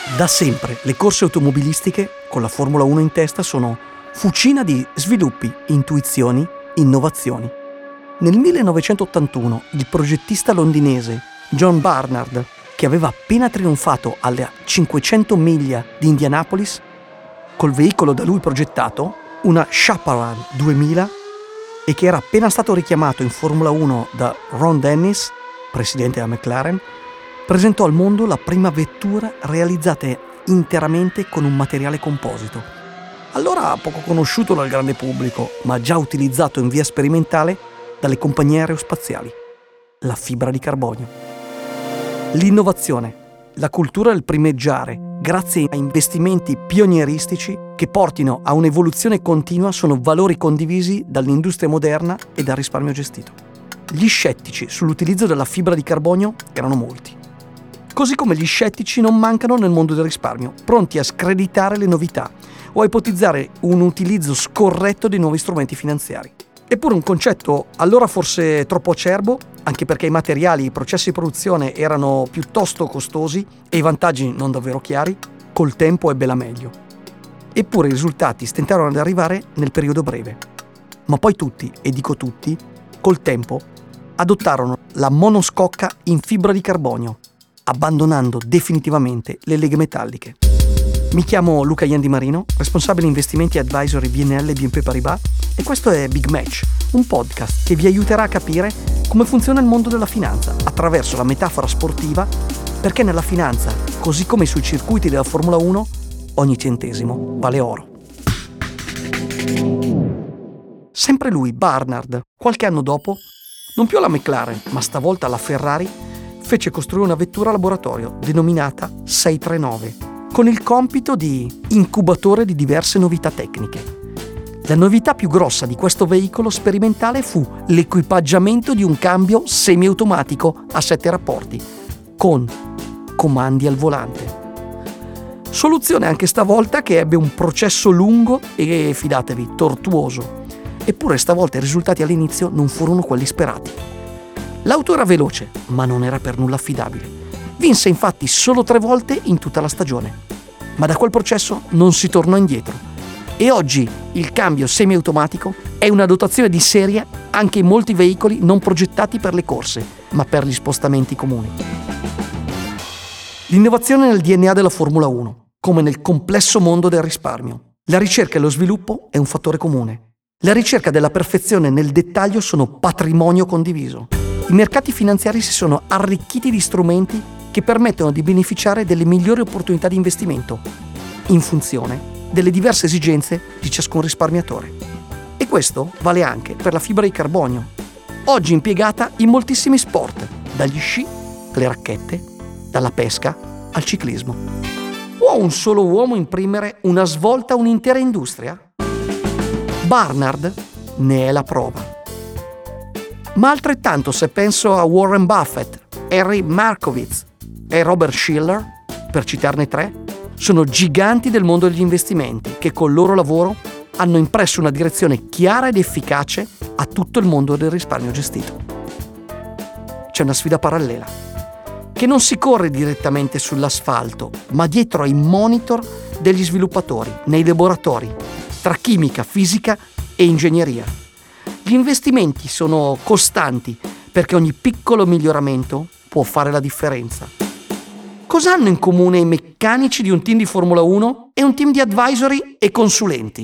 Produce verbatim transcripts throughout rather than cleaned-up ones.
Da sempre le corse automobilistiche, con la Formula uno in testa, sono fucina di sviluppi, intuizioni, innovazioni. Nel millenovecentottantuno il progettista londinese John Barnard, che aveva appena trionfato alle cinquecento miglia di Indianapolis, col veicolo da lui progettato, una Chaparral duemila, e che era appena stato richiamato in Formula uno da Ron Dennis, presidente della McLaren, presentò al mondo la prima vettura realizzata interamente con un materiale composito. Allora poco conosciuto dal grande pubblico, ma già utilizzato in via sperimentale dalle compagnie aerospaziali: la fibra di carbonio. L'innovazione, la cultura del primeggiare, grazie a investimenti pionieristici che portino a un'evoluzione continua, sono valori condivisi dall'industria moderna e dal risparmio gestito. Gli scettici sull'utilizzo della fibra di carbonio erano molti. Così come gli scettici non mancano nel mondo del risparmio, pronti a screditare le novità o a ipotizzare un utilizzo scorretto dei nuovi strumenti finanziari. Eppure un concetto allora forse troppo acerbo, anche perché i materiali e i processi di produzione erano piuttosto costosi e i vantaggi non davvero chiari, col tempo ebbe la meglio. Eppure i risultati stentarono ad arrivare nel periodo breve. Ma poi tutti, e dico tutti, col tempo adottarono la monoscocca in fibra di carbonio, abbandonando definitivamente le leghe metalliche. Mi chiamo Luca Iendi Marino, responsabile investimenti e advisory B N L B N P Paribas, e questo è Big Match, un podcast che vi aiuterà a capire come funziona il mondo della finanza attraverso la metafora sportiva, perché nella finanza, così come sui circuiti della Formula uno, ogni centesimo vale oro. Sempre lui, Barnard, qualche anno dopo, non più alla McLaren, ma stavolta alla Ferrari, fece costruire una vettura a laboratorio denominata seicentotrentanove, con il compito di incubatore di diverse novità tecniche. La novità più grossa di questo veicolo sperimentale fu l'equipaggiamento di un cambio semiautomatico a sette rapporti, con comandi al volante. Soluzione anche stavolta che ebbe un processo lungo e, fidatevi, tortuoso. Eppure stavolta i risultati all'inizio non furono quelli sperati. L'auto era veloce, ma non era per nulla affidabile. Vinse infatti solo tre volte in tutta la stagione. Ma da quel processo non si tornò indietro. E oggi il cambio semiautomatico è una dotazione di serie anche in molti veicoli non progettati per le corse, ma per gli spostamenti comuni. L'innovazione nel D N A della Formula uno, come nel complesso mondo del risparmio. La ricerca e lo sviluppo è un fattore comune. La ricerca della perfezione nel dettaglio sono patrimonio condiviso. I mercati finanziari si sono arricchiti di strumenti che permettono di beneficiare delle migliori opportunità di investimento, in funzione delle diverse esigenze di ciascun risparmiatore. E questo vale anche per la fibra di carbonio, oggi impiegata in moltissimi sport, dagli sci alle racchette, dalla pesca al ciclismo. Può un solo uomo imprimere una svolta a un'intera industria? Barnard ne è la prova. Ma altrettanto se penso a Warren Buffett, Henry Markowitz e Robert Shiller, per citarne tre, sono giganti del mondo degli investimenti che col loro lavoro hanno impresso una direzione chiara ed efficace a tutto il mondo del risparmio gestito. C'è una sfida parallela, che non si corre direttamente sull'asfalto, ma dietro ai monitor degli sviluppatori, nei laboratori, tra chimica, fisica e ingegneria. Gli investimenti sono costanti perché ogni piccolo miglioramento può fare la differenza. Cosa hanno in comune i meccanici di un team di Formula uno e un team di advisory e consulenti?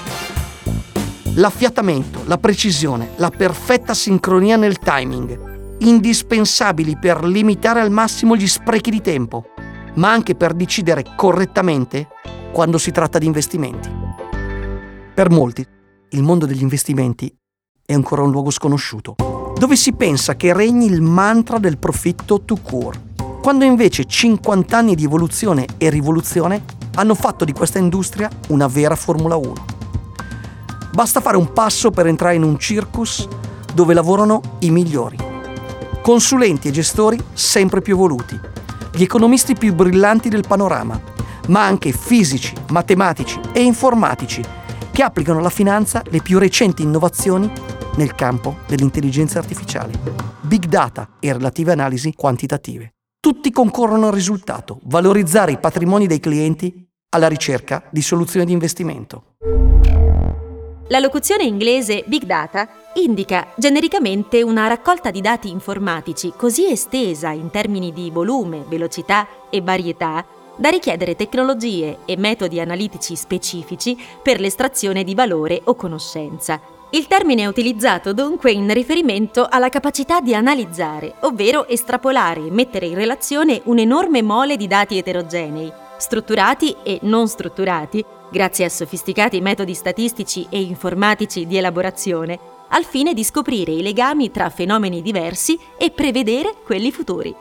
L'affiatamento, la precisione, la perfetta sincronia nel timing, indispensabili per limitare al massimo gli sprechi di tempo, ma anche per decidere correttamente quando si tratta di investimenti. Per molti, il mondo degli investimenti è ancora un luogo sconosciuto, dove si pensa che regni il mantra del profitto tout court, quando invece cinquanta anni di evoluzione e rivoluzione hanno fatto di questa industria una vera Formula uno. Basta fare un passo per entrare in un circus dove lavorano i migliori. Consulenti e gestori sempre più evoluti, gli economisti più brillanti del panorama, ma anche fisici, matematici e informatici che applicano alla finanza le più recenti innovazioni nel campo dell'intelligenza artificiale, big data e relative analisi quantitative. Tutti concorrono al risultato, valorizzare i patrimoni dei clienti alla ricerca di soluzioni di investimento. La locuzione inglese Big Data indica genericamente una raccolta di dati informatici così estesa in termini di volume, velocità e varietà da richiedere tecnologie e metodi analitici specifici per l'estrazione di valore o conoscenza. Il termine è utilizzato dunque in riferimento alla capacità di analizzare, ovvero estrapolare e mettere in relazione un'enorme mole di dati eterogenei, strutturati e non strutturati, grazie a sofisticati metodi statistici e informatici di elaborazione, al fine di scoprire i legami tra fenomeni diversi e prevedere quelli futuri.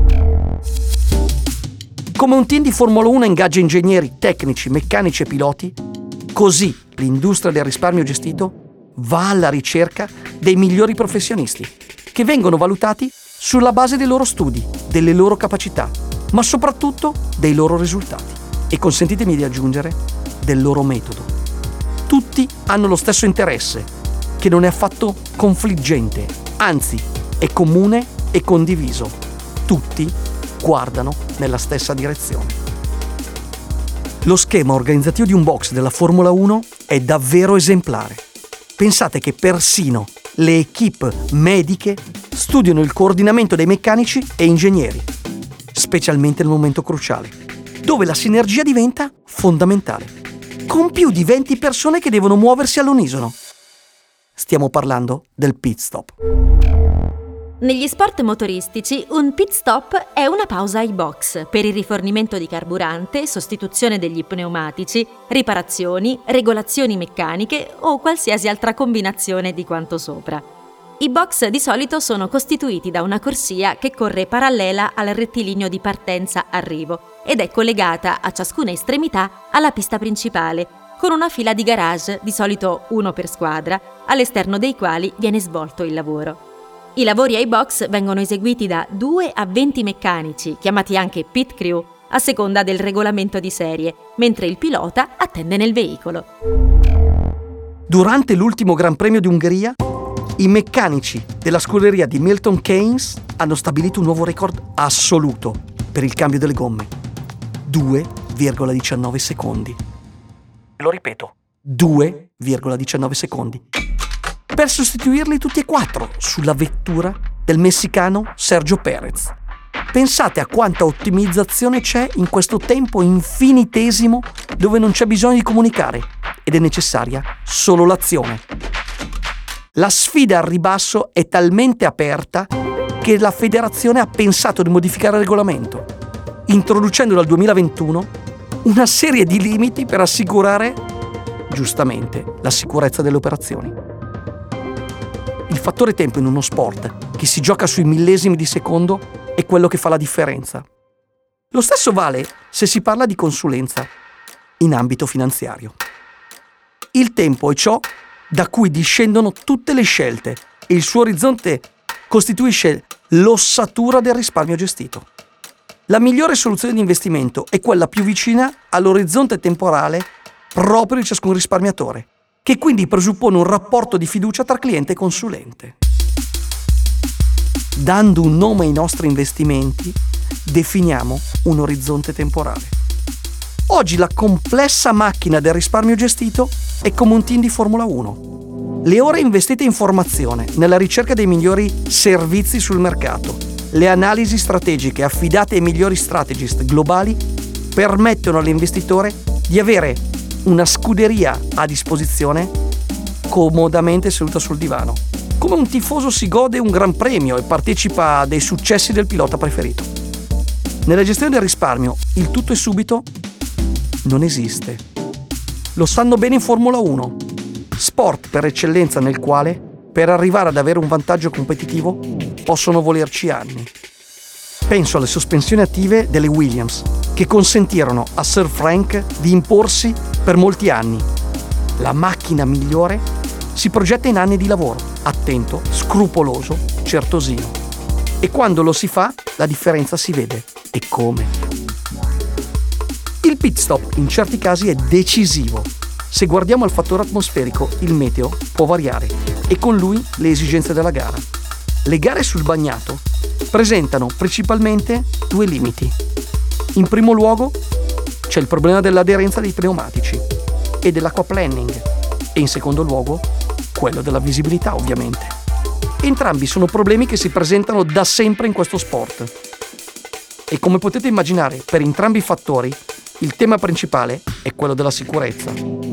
Come un team di Formula uno ingaggia ingegneri, tecnici, meccanici e piloti, così l'industria del risparmio gestito va alla ricerca dei migliori professionisti, che vengono valutati sulla base dei loro studi, delle loro capacità, ma soprattutto dei loro risultati e, consentitemi di aggiungere, del loro metodo. Tutti hanno lo stesso interesse, che non è affatto confliggente, anzi è comune e condiviso. Tutti guardano nella stessa direzione. Lo schema organizzativo di un box della Formula uno è davvero esemplare. Pensate che persino le equipe mediche studiano il coordinamento dei meccanici e ingegneri, specialmente nel momento cruciale, dove la sinergia diventa fondamentale, con più di venti persone che devono muoversi all'unisono. Stiamo parlando del pit stop. Negli sport motoristici, un pit stop è una pausa ai box per il rifornimento di carburante, sostituzione degli pneumatici, riparazioni, regolazioni meccaniche o qualsiasi altra combinazione di quanto sopra. I box di solito sono costituiti da una corsia che corre parallela al rettilineo di partenza-arrivo ed è collegata a ciascuna estremità alla pista principale, con una fila di garage, di solito uno per squadra, all'esterno dei quali viene svolto il lavoro. I lavori ai box vengono eseguiti da due a venti meccanici, chiamati anche pit crew, a seconda del regolamento di serie, mentre il pilota attende nel veicolo. Durante l'ultimo Gran Premio di Ungheria, i meccanici della scuderia di Milton Keynes hanno stabilito un nuovo record assoluto per il cambio delle gomme. due virgola diciannove secondi. Lo ripeto, due virgola diciannove secondi. Per sostituirli tutti e quattro sulla vettura del messicano Sergio Perez. Pensate a quanta ottimizzazione c'è in questo tempo infinitesimo dove non c'è bisogno di comunicare ed è necessaria solo l'azione. La sfida al ribasso è talmente aperta che la federazione ha pensato di modificare il regolamento, introducendo dal duemilaventuno una serie di limiti per assicurare, giustamente, la sicurezza delle operazioni. Il fattore tempo in uno sport che si gioca sui millesimi di secondo è quello che fa la differenza. Lo stesso vale se si parla di consulenza in ambito finanziario. Il tempo è ciò da cui discendono tutte le scelte e il suo orizzonte costituisce l'ossatura del risparmio gestito. La migliore soluzione di investimento è quella più vicina all'orizzonte temporale proprio di ciascun risparmiatore, che quindi presuppone un rapporto di fiducia tra cliente e consulente. Dando un nome ai nostri investimenti, definiamo un orizzonte temporale. Oggi la complessa macchina del risparmio gestito è come un team di Formula uno. Le ore investite in formazione, nella ricerca dei migliori servizi sul mercato, le analisi strategiche affidate ai migliori strategist globali permettono all'investitore di avere una scuderia a disposizione comodamente seduta sul divano. Come un tifoso si gode un gran premio e partecipa a dei successi del pilota preferito. Nella gestione del risparmio il tutto è subito non esiste. Lo sanno bene in Formula uno, sport per eccellenza nel quale, per arrivare ad avere un vantaggio competitivo, possono volerci anni. Penso alle sospensioni attive delle Williams, che consentirono a Sir Frank di imporsi per molti anni. La macchina migliore si progetta in anni di lavoro, attento, scrupoloso, certosino. E quando lo si fa, la differenza si vede. E come? Il pit stop in certi casi è decisivo. Se guardiamo al fattore atmosferico, il meteo può variare e con lui le esigenze della gara. Le gare sul bagnato presentano principalmente due limiti. In primo luogo c'è il problema dell'aderenza dei pneumatici e dell'acquaplanning, e in secondo luogo quello della visibilità, ovviamente. Entrambi sono problemi che si presentano da sempre in questo sport. E come potete immaginare, per entrambi i fattori, il tema principale è quello della sicurezza.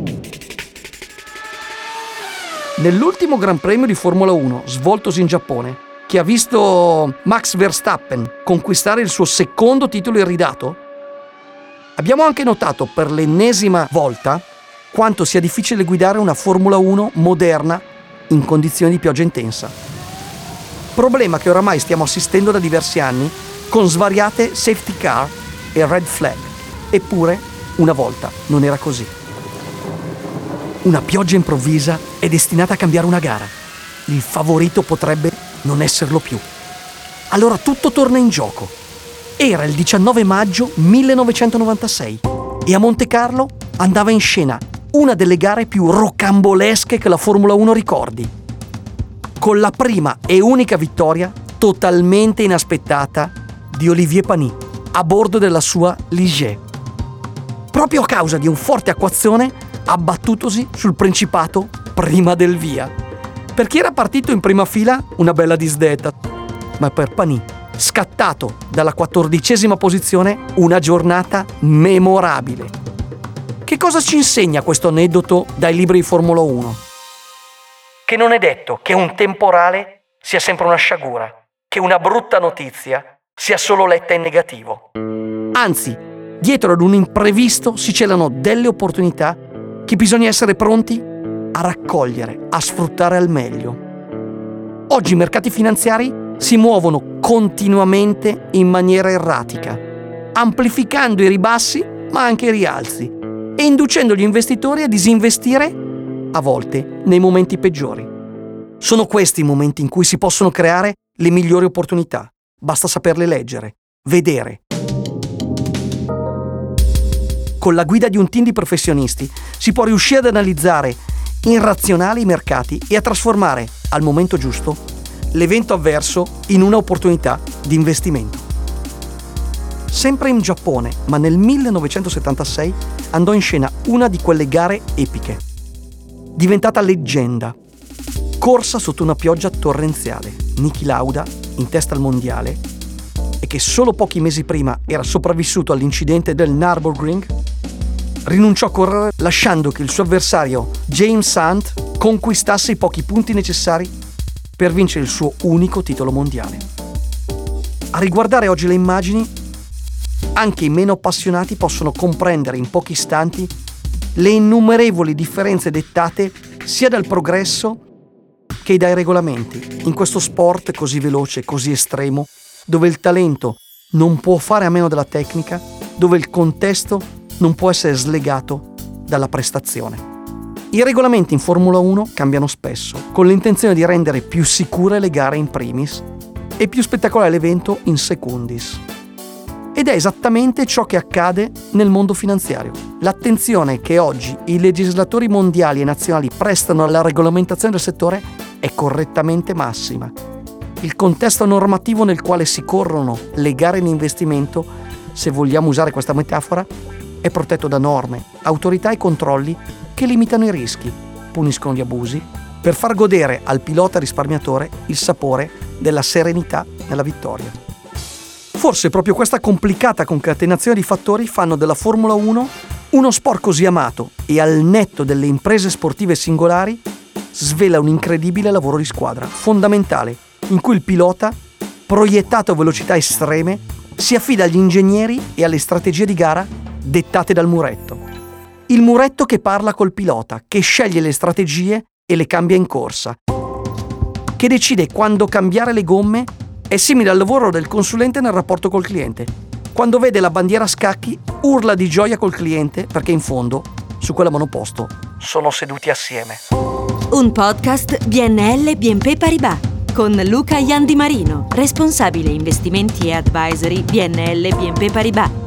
Nell'ultimo Gran Premio di Formula uno, svoltosi in Giappone, che ha visto Max Verstappen conquistare il suo secondo titolo iridato, abbiamo anche notato per l'ennesima volta quanto sia difficile guidare una Formula uno moderna in condizioni di pioggia intensa. Problema che oramai stiamo assistendo da diversi anni con svariate safety car e red flag. Eppure, una volta non era così. Una pioggia improvvisa è destinata a cambiare una gara. Il favorito potrebbe non esserlo più. Allora tutto torna in gioco. Era il diciannove maggio millenovecentonovantasei e a Monte Carlo andava in scena una delle gare più rocambolesche che la Formula uno ricordi, con la prima e unica vittoria totalmente inaspettata di Olivier Panis a bordo della sua Ligier, proprio a causa di un forte acquazzone abbattutosi sul Principato prima del via. Per chi era partito in prima fila, una bella disdetta, ma per Panis, scattato dalla quattordicesima posizione, una giornata memorabile. Che cosa ci insegna questo aneddoto dai libri di Formula uno? Che non è detto che un temporale sia sempre una sciagura, che una brutta notizia sia solo letta in negativo. Anzi, dietro ad un imprevisto si celano delle opportunità che bisogna essere pronti a raccogliere, a sfruttare al meglio. Oggi i mercati finanziari si muovono continuamente in maniera erratica, amplificando i ribassi ma anche i rialzi e inducendo gli investitori a disinvestire a volte nei momenti peggiori. Sono questi i momenti in cui si possono creare le migliori opportunità. Basta saperle leggere, vedere. Con la guida di un team di professionisti si può riuscire ad analizzare in razionale i mercati e a trasformare, al momento giusto, l'evento avverso in una opportunità di investimento. Sempre in Giappone, ma nel millenovecentosettantasei, andò in scena una di quelle gare epiche, diventata leggenda. Corsa sotto una pioggia torrenziale, Niki Lauda, in testa al mondiale, e che solo pochi mesi prima era sopravvissuto all'incidente del Nürburgring, rinunciò a correre lasciando che il suo avversario James Hunt conquistasse i pochi punti necessari per vincere il suo unico titolo mondiale. A riguardare oggi le immagini, anche i meno appassionati possono comprendere in pochi istanti le innumerevoli differenze dettate sia dal progresso che dai regolamenti in questo sport così veloce, così estremo, dove il talento non può fare a meno della tecnica, dove il contesto non può essere slegato dalla prestazione. I regolamenti in Formula uno cambiano spesso, con l'intenzione di rendere più sicure le gare in primis e più spettacolare l'evento in secundis. Ed è esattamente ciò che accade nel mondo finanziario. L'attenzione che oggi i legislatori mondiali e nazionali prestano alla regolamentazione del settore è correttamente massima. Il contesto normativo nel quale si corrono le gare in investimento, se vogliamo usare questa metafora, è protetto da norme, autorità e controlli che limitano i rischi, puniscono gli abusi, per far godere al pilota risparmiatore il sapore della serenità nella vittoria. Forse proprio questa complicata concatenazione di fattori fanno della Formula uno uno sport così amato e, al netto delle imprese sportive singolari, svela un incredibile lavoro di squadra, fondamentale, in cui il pilota, proiettato a velocità estreme, si affida agli ingegneri e alle strategie di gara dettate dal muretto. Il muretto che parla col pilota, che sceglie le strategie e le cambia in corsa, che decide quando cambiare le gomme. È simile al lavoro del consulente nel rapporto col cliente. Quando vede la bandiera a scacchi, urla di gioia col cliente perché in fondo, su quella monoposto, sono seduti assieme. Un podcast B N L B N P Paribas con Luca Iandimarino, responsabile investimenti e advisory B N L B N P Paribas.